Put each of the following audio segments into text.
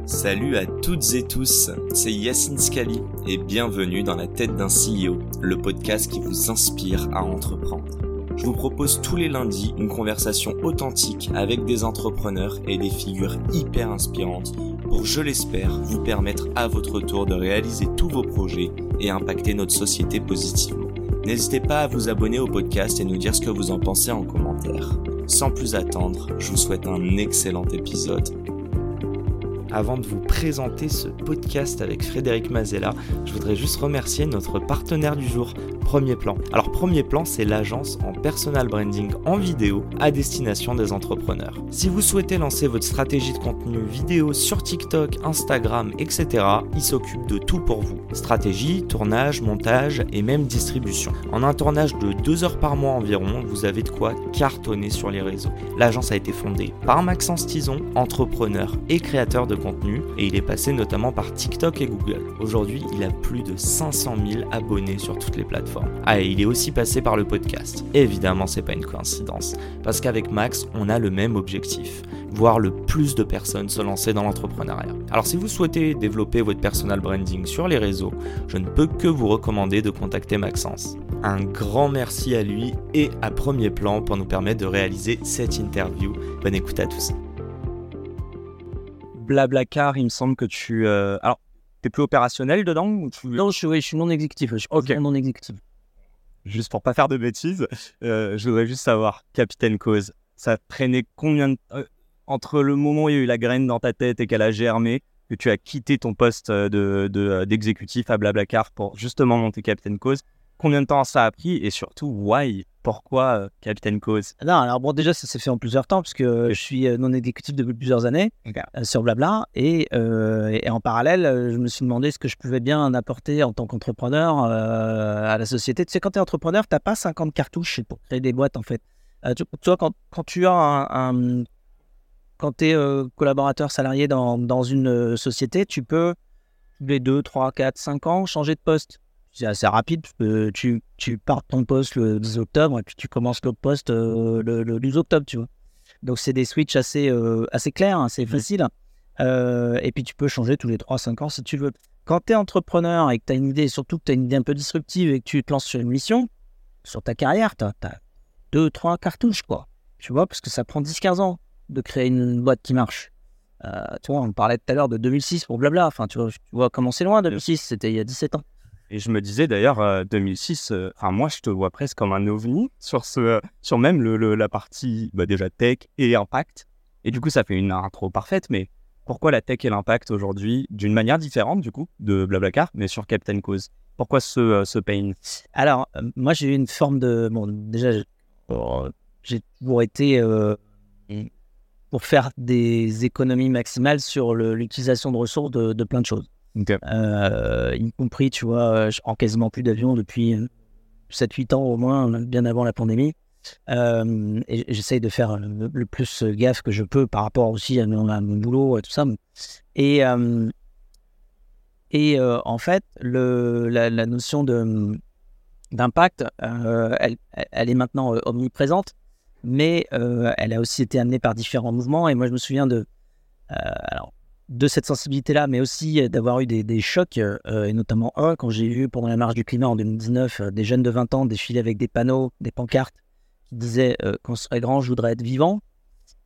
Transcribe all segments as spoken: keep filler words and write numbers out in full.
Salut à toutes et tous, c'est Yacine Scali et bienvenue dans la tête d'un C E O, le podcast qui vous inspire à entreprendre. Je vous propose tous les lundis une conversation authentique avec des entrepreneurs et des figures hyper inspirantes pour, je l'espère, vous permettre à votre tour de réaliser tous vos projets et impacter notre société positivement. N'hésitez pas à vous abonner au podcast et nous dire ce que vous en pensez en commentaire. Sans plus attendre, je vous souhaite un excellent épisode. Avant de vous présenter ce podcast avec Frédéric Mazella, je voudrais juste remercier notre partenaire du jour, Premier Plan. Alors Premier Plan, c'est l'agence en personal branding en vidéo à destination des entrepreneurs. Si vous souhaitez lancer votre stratégie de contenu vidéo sur TikTok, Instagram, et cetera, ils s'occupent de tout pour vous. Stratégie, tournage, montage et même distribution. En un tournage de deux heures par mois environ, vous avez de quoi cartonner sur les réseaux. L'agence a été fondée par Maxence Tison, entrepreneur et créateur de contenu, et il est passé notamment par TikTok et Google. Aujourd'hui, il a plus de cinq cent mille abonnés sur toutes les plateformes. Ah, et il est aussi passé par le podcast. Et évidemment, c'est pas une coïncidence, parce qu'avec Max, on a le même objectif, voir le plus de personnes se lancer dans l'entrepreneuriat. Alors si vous souhaitez développer votre personal branding sur les réseaux, je ne peux que vous recommander de contacter Maxence. Un grand merci à lui et à Premier Plan pour nous permettre de réaliser cette interview. Bonne écoute à tous. Blablacar, il me semble que tu... Euh... Alors, t'es plus opérationnel dedans ou tu... Non, je suis, oui, je suis non exécutif. Je suis Ok. non exécutif. Juste pour pas faire de bêtises, euh, je voudrais juste savoir, Capitaine Cause, ça traînait combien de... euh, entre le moment où il y a eu la graine dans ta tête et qu'elle a germé, que tu as quitté ton poste de, de, d'exécutif à Blablacar pour justement monter Capitaine Cause, combien de temps ça a pris et surtout, why? Pourquoi euh, Capitaine Cause? Non, alors bon, déjà, ça s'est fait en plusieurs temps, parce que euh, je suis euh, non exécutif depuis plusieurs années Okay. euh, sur Blabla, et, euh, et en parallèle, euh, je me suis demandé ce que je pouvais bien apporter en tant qu'entrepreneur euh, à la société. Tu sais, quand tu es entrepreneur, tu n'as pas cinquante cartouches pour créer des boîtes, en fait. Euh, tu, tu vois, quand, quand tu as un... un quand tu es euh, collaborateur salarié dans, dans une euh, société, tu peux, tous les deux, trois, quatre, cinq ans, changer de poste. C'est assez rapide. Euh, tu, tu pars de ton poste le dix octobre et puis tu commences l'autre poste euh, le, le douze octobre, tu vois. Donc, c'est des switches assez, euh, assez clairs, hein, c'est Mmh. facile. Euh, et puis, tu peux changer tous les trois à cinq ans si tu veux. Quand tu es entrepreneur et que tu as une idée, surtout que tu as une idée un peu disruptive et que tu te lances sur une mission, sur ta carrière, tu as deux, trois cartouches, quoi. Tu vois, parce que ça prend dix quinze ans de créer une boîte qui marche. Euh, tu vois, on parlait tout à l'heure de deux mille six pour Blabla. Enfin, tu vois, tu vois comment c'est loin, deux mille six, c'était il y a dix-sept ans. Et je me disais d'ailleurs, euh, deux mille six, euh, enfin moi je te vois presque comme un ovni sur, ce, euh, sur même le, le, la partie bah, déjà tech et impact. Et du coup ça fait une intro parfaite, mais pourquoi la tech et l'impact aujourd'hui d'une manière différente du coup de Blablacar, mais sur Captain Cause? Pourquoi ce, euh, ce pain? Alors, euh, moi j'ai eu une forme de... Bon, déjà, j'ai, euh, j'ai toujours été euh, pour faire des économies maximales sur le, l'utilisation de ressources de, de plein de choses. Okay. Euh, y compris, tu vois, en quasiment plus d'avions depuis sept huit ans au moins, bien avant la pandémie. Euh, et j'essaye de faire le, le plus gaffe que je peux par rapport aussi à mon, à mon boulot, tout ça. Et, euh, et euh, en fait, le, la, la notion de, d'impact, euh, elle, elle est maintenant euh, omniprésente, mais euh, elle a aussi été amenée par différents mouvements. Et moi, je me souviens de... Euh, alors, de cette sensibilité-là, mais aussi d'avoir eu des, des chocs, euh, et notamment un, quand j'ai vu pendant la marche du climat en deux mille dix-neuf, euh, des jeunes de vingt ans défiler avec des panneaux, des pancartes qui disaient euh, « Quand je serai grand, je voudrais être vivant euh, ».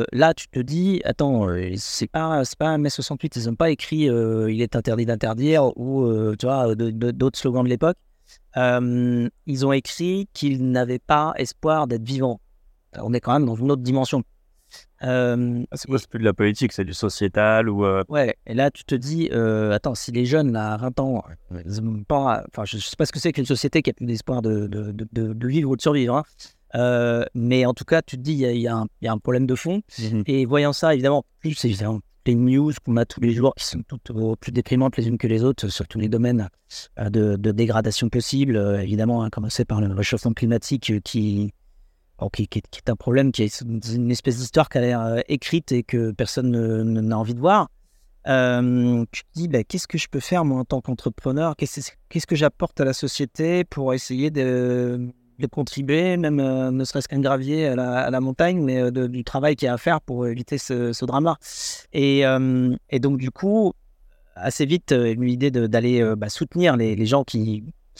Là, tu te dis, attends, euh, c'est pas, c'est pas un mai soixante-huit, ils n'ont pas écrit euh, « Il est interdit d'interdire » ou euh, tu vois, de, de, d'autres slogans de l'époque. Euh, ils ont écrit qu'ils n'avaient pas espoir d'être vivants. On est quand même dans une autre dimension. Euh, Ah, c'est quoi, c'est plus de la politique, c'est du sociétal ou... Euh... Ouais, et là tu te dis, euh, attends, si les jeunes là, à vingt ans, ils ont pas, enfin je, je sais pas ce que c'est qu'une société qui a plus d'espoir de, de, de, de, de vivre ou de survivre, hein. euh, mais en tout cas tu te dis, il y a, y, a y a un problème de fond, Mmh. et voyant ça, évidemment, plus évidemment, les news qu'on a tous les jours qui sont toutes euh, plus déprimantes les unes que les autres sur tous les domaines euh, de, de dégradation possible, euh, évidemment, à commencer par le réchauffement climatique euh, qui... Bon, qui, qui, qui est un problème, qui est une espèce d'histoire qui a l'air euh, écrite et que personne ne, ne, n'a envie de voir. Euh, tu te dis, bah, qu'est-ce que je peux faire moi en tant qu'entrepreneur? Qu'est-ce, qu'est-ce que j'apporte à la société pour essayer de, de contribuer, même euh, ne serait-ce qu'un gravier à la, à la montagne, mais euh, de, du travail qu'il y a à faire pour éviter ce, ce drame-là. Et, euh, et donc, du coup, assez vite, euh, eu l'idée de, d'aller euh, bah, soutenir les, les gens qui,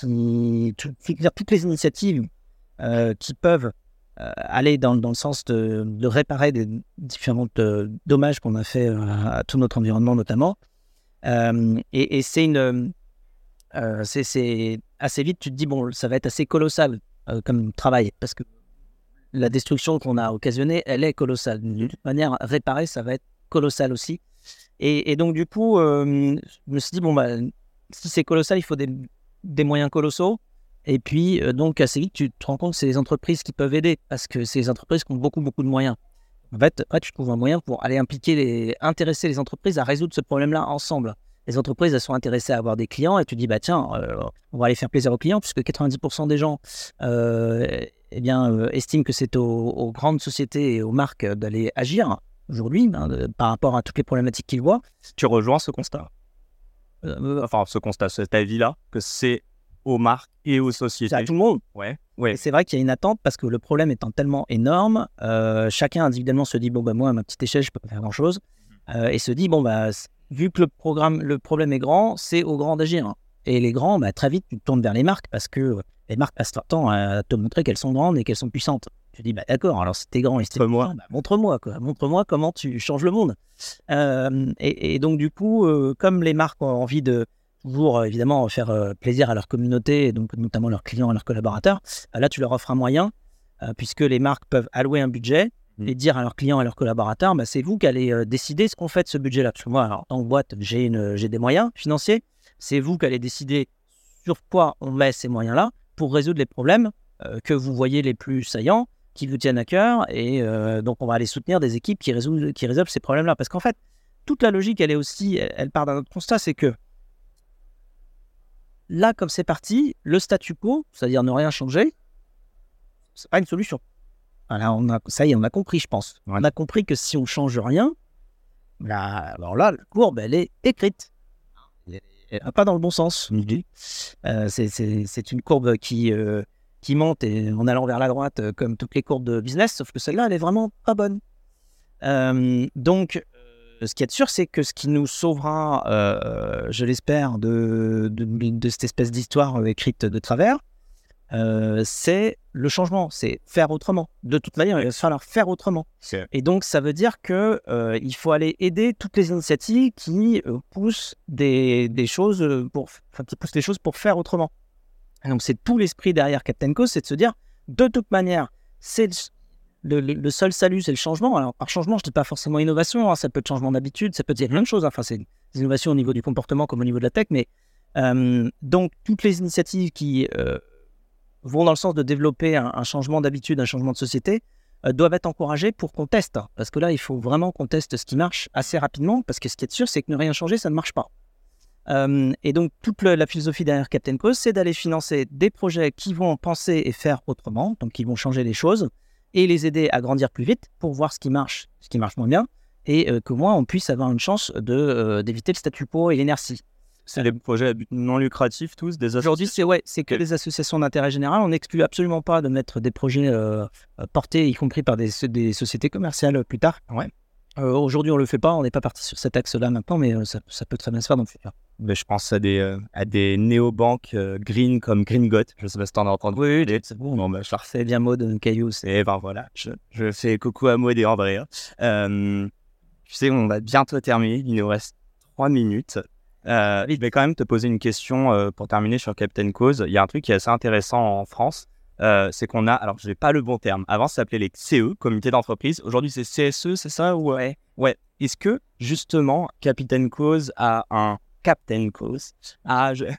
qui tout, toutes les initiatives euh, qui peuvent euh, aller dans, dans le sens de, de réparer des différents euh, dommages qu'on a fait euh, à tout notre environnement, notamment. Euh, et, et c'est une... Euh, c'est, c'est assez vite, tu te dis, bon, ça va être assez colossal euh, comme travail, parce que la destruction qu'on a occasionnée, elle est colossale. De toute manière, réparer, ça va être colossal aussi. Et, et donc, du coup, euh, je me suis dit, bon, bah, si c'est colossal, il faut des, des moyens colossaux. Et puis, euh, donc, assez vite, tu te rends compte que c'est les entreprises qui peuvent aider, parce que c'est les entreprises qui ont beaucoup, beaucoup de moyens. En fait, après, tu trouves un moyen pour aller impliquer les, intéresser les entreprises à résoudre ce problème-là ensemble. Les entreprises, elles sont intéressées à avoir des clients et tu dis, bah tiens, euh, on va aller faire plaisir aux clients puisque quatre-vingt-dix pour cent des gens euh, eh bien, euh, estiment que c'est aux, aux grandes sociétés et aux marques d'aller agir aujourd'hui hein, de, par rapport à toutes les problématiques qu'ils voient. Tu rejoins ce constat euh, Enfin, ce constat, cet avis-là, que c'est aux marques et aux sociétés. C'est à tout le monde. Ouais. Ouais. Et c'est vrai qu'il y a une attente parce que le problème étant tellement énorme, euh, chacun individuellement se dit, bon, bah moi, à ma petite échelle, je peux pas faire grand-chose. Euh, et se dit, bon, bah... vu que le, programme, le problème est grand, c'est aux grands d'agir. Et les grands, bah, très vite, tu te tournes vers les marques parce que les marques passent leur temps à te montrer qu'elles sont grandes et qu'elles sont puissantes. Tu te dis, bah, d'accord, alors si t'es grand et si t'es puissant, bah, montre-moi, quoi. Montre-moi comment tu changes le monde. Euh, et, et donc, du coup, euh, comme les marques ont envie de toujours, euh, évidemment, faire euh, plaisir à leur communauté, et donc notamment leurs clients et leurs collaborateurs, bah, là, tu leur offres un moyen, euh, puisque les marques peuvent allouer un budget et dire à leurs clients et à leurs collaborateurs, bah, c'est vous qui allez euh, décider ce qu'on fait de ce budget-là. Parce que moi, alors, en tant que boîte, j'ai, une, j'ai des moyens financiers. C'est vous qui allez décider sur quoi on met ces moyens-là pour résoudre les problèmes euh, que vous voyez les plus saillants, qui vous tiennent à cœur. Et euh, donc, on va aller soutenir des équipes qui résolvent, qui résolvent ces problèmes-là. Parce qu'en fait, toute la logique, elle est aussi, elle, elle part d'un autre constat, c'est que là, comme c'est parti, le statu quo, c'est-à-dire ne rien changer, c'est pas une solution. Là, on a, ça y est, on a compris, je pense. Ouais. On a compris que si on ne change rien, là, alors là, la courbe, elle est écrite. Elle n'est pas dans le bon sens. Euh, c'est, c'est, c'est une courbe qui, euh, qui monte et en allant vers la droite, euh, comme toutes les courbes de business, sauf que celle-là, elle est vraiment pas bonne. Euh, donc, euh, ce qui est sûr, c'est que ce qui nous sauvera, euh, je l'espère, de, de, de cette espèce d'histoire écrite de travers, Euh, c'est le changement, c'est faire autrement. De toute manière, il va falloir faire autrement. C'est... Et donc, ça veut dire qu'il euh, faut aller aider toutes les initiatives qui euh, poussent des, des choses pour, enfin, qui poussent les choses pour faire autrement. Et donc, c'est tout l'esprit derrière Captain Cause, c'est de se dire, de toute manière, c'est le, le, le seul salut, c'est le changement. Alors, par changement, je ne dis pas forcément innovation, hein, ça peut être changement d'habitude, ça peut être plein de choses. Enfin, c'est des innovations au niveau du comportement comme au niveau de la tech, mais euh, donc, toutes les initiatives qui... Euh, vont dans le sens de développer un, un changement d'habitude, un changement de société, euh, doivent être encouragés pour qu'on teste. Parce que là, il faut vraiment qu'on teste ce qui marche assez rapidement, parce que ce qui est sûr, c'est que ne rien changer, ça ne marche pas. Euh, et donc, toute le, la philosophie derrière Captain Cause, c'est d'aller financer des projets qui vont penser et faire autrement, donc qui vont changer les choses, et les aider à grandir plus vite pour voir ce qui marche, ce qui marche moins bien, et euh, qu'au moins on puisse avoir une chance de, euh, d'éviter le statu quo et l'inertie. C'est des projets à but non lucratif tous, des associations. Aujourd'hui, c'est, ouais, c'est que les associations d'intérêt général. On n'exclut absolument pas de mettre des projets euh, portés, y compris par des, des sociétés commerciales plus tard. Ouais. Euh, aujourd'hui, on ne le fait pas. On n'est pas parti sur cet axe-là maintenant, mais euh, ça, ça peut très bien se faire dans le futur. Mais je pense à des, euh, à des néobanques euh, green comme Gringot. Je ne sais pas si tu en as entendu. Oui, oui, c'est bon. Non, bah, je refais bien Maud Caillou. C'est... Et ben voilà, je, je fais coucou à Maud et André. Euh, tu sais, on va bientôt terminer. Il nous reste trois minutes. Euh, je vais quand même te poser une question euh, pour terminer sur Captain Cause. Il y a un truc qui est assez intéressant en France, euh, c'est qu'on a, alors je n'ai pas le bon terme, avant ça s'appelait les C E, comité d'entreprise, aujourd'hui c'est C S E, c'est ça ou ouais. ouais. Est-ce que justement Captain Cause a un Captain Cause a, je...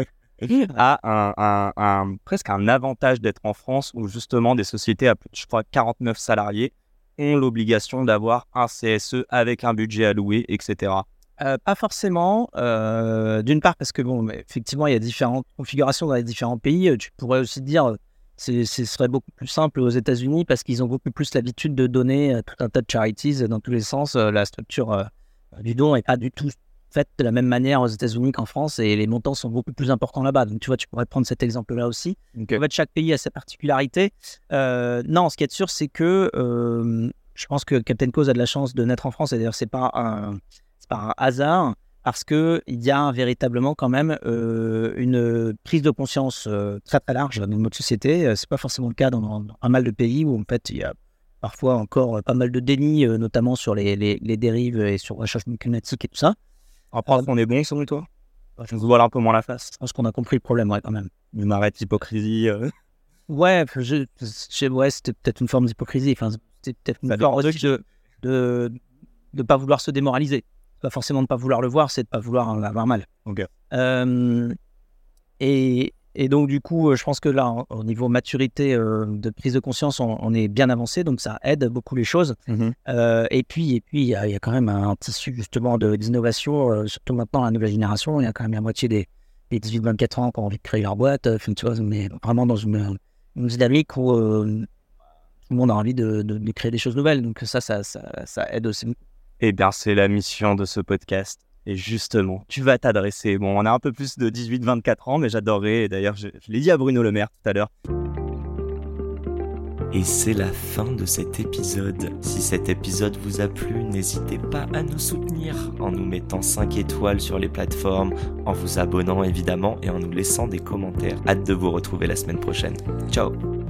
a un, un, un, presque un avantage d'être en France où justement des sociétés à plus de, je crois, quarante-neuf salariés ont l'obligation d'avoir un C S E avec un budget alloué, et cetera. Euh, pas forcément. Euh, d'une part parce que bon, effectivement, il y a différentes configurations dans les différents pays. Tu pourrais aussi dire, c'est, ce serait beaucoup plus simple aux États-Unis parce qu'ils ont beaucoup plus l'habitude de donner tout un tas de charities dans tous les sens. La structure euh, du don n'est pas du tout faites de la même manière aux États-Unis qu'en France et les montants sont beaucoup plus importants là-bas. Donc, tu vois, tu pourrais prendre cet exemple-là aussi. Okay. En fait, chaque pays a sa particularité. Euh, non, ce qui est sûr, c'est que euh, je pense que Captain Cause a de la chance de naître en France. Et d'ailleurs, c'est pas un, c'est pas un hasard parce qu'il y a véritablement quand même euh, une prise de conscience euh, très très large dans notre société. Euh, c'est pas forcément le cas dans, dans, dans pas mal de pays où en fait il y a parfois encore pas mal de déni, euh, notamment sur les, les, les dérives et sur le réchauffement climatique et tout ça. Après, on est bon, selon toi? Je se voile un peu moins la face. Je pense qu'on a compris le problème, ouais, quand même. Une arrête d'hypocrisie. Euh... Ouais, je, je, ouais, c'était peut-être une forme d'hypocrisie. Enfin, c'était peut-être une ça forme aussi de de de pas vouloir se démoraliser. C'est pas forcément de pas vouloir le voir, c'est de pas vouloir en avoir mal. Ok. Euh, et Et donc, du coup, je pense que là, au niveau maturité euh, de prise de conscience, on, on est bien avancé. Donc, ça aide beaucoup les choses. Mm-hmm. Euh, et puis, et puis, il y, y a quand même un tissu, justement, de, d'innovation. Euh, surtout maintenant, la nouvelle génération, il y a quand même la moitié des, des dix-huit vingt-quatre ans qui ont envie de créer leur boîte. Euh, tu vois, on est vraiment dans une, une dynamique où euh, tout le monde a envie de, de, de créer des choses nouvelles. Donc, ça, ça, ça, ça aide aussi. Eh bien, c'est la mission de ce podcast. Et justement, tu vas t'adresser, bon, on a un peu plus de dix-huit vingt-quatre ans, mais j'adorerais, et d'ailleurs, je, je l'ai dit à Bruno Le Maire tout à l'heure. Et c'est la fin de cet épisode. Si cet épisode vous a plu, n'hésitez pas à nous soutenir en nous mettant cinq étoiles sur les plateformes, en vous abonnant évidemment et en nous laissant des commentaires. Hâte de vous retrouver la semaine prochaine. Ciao!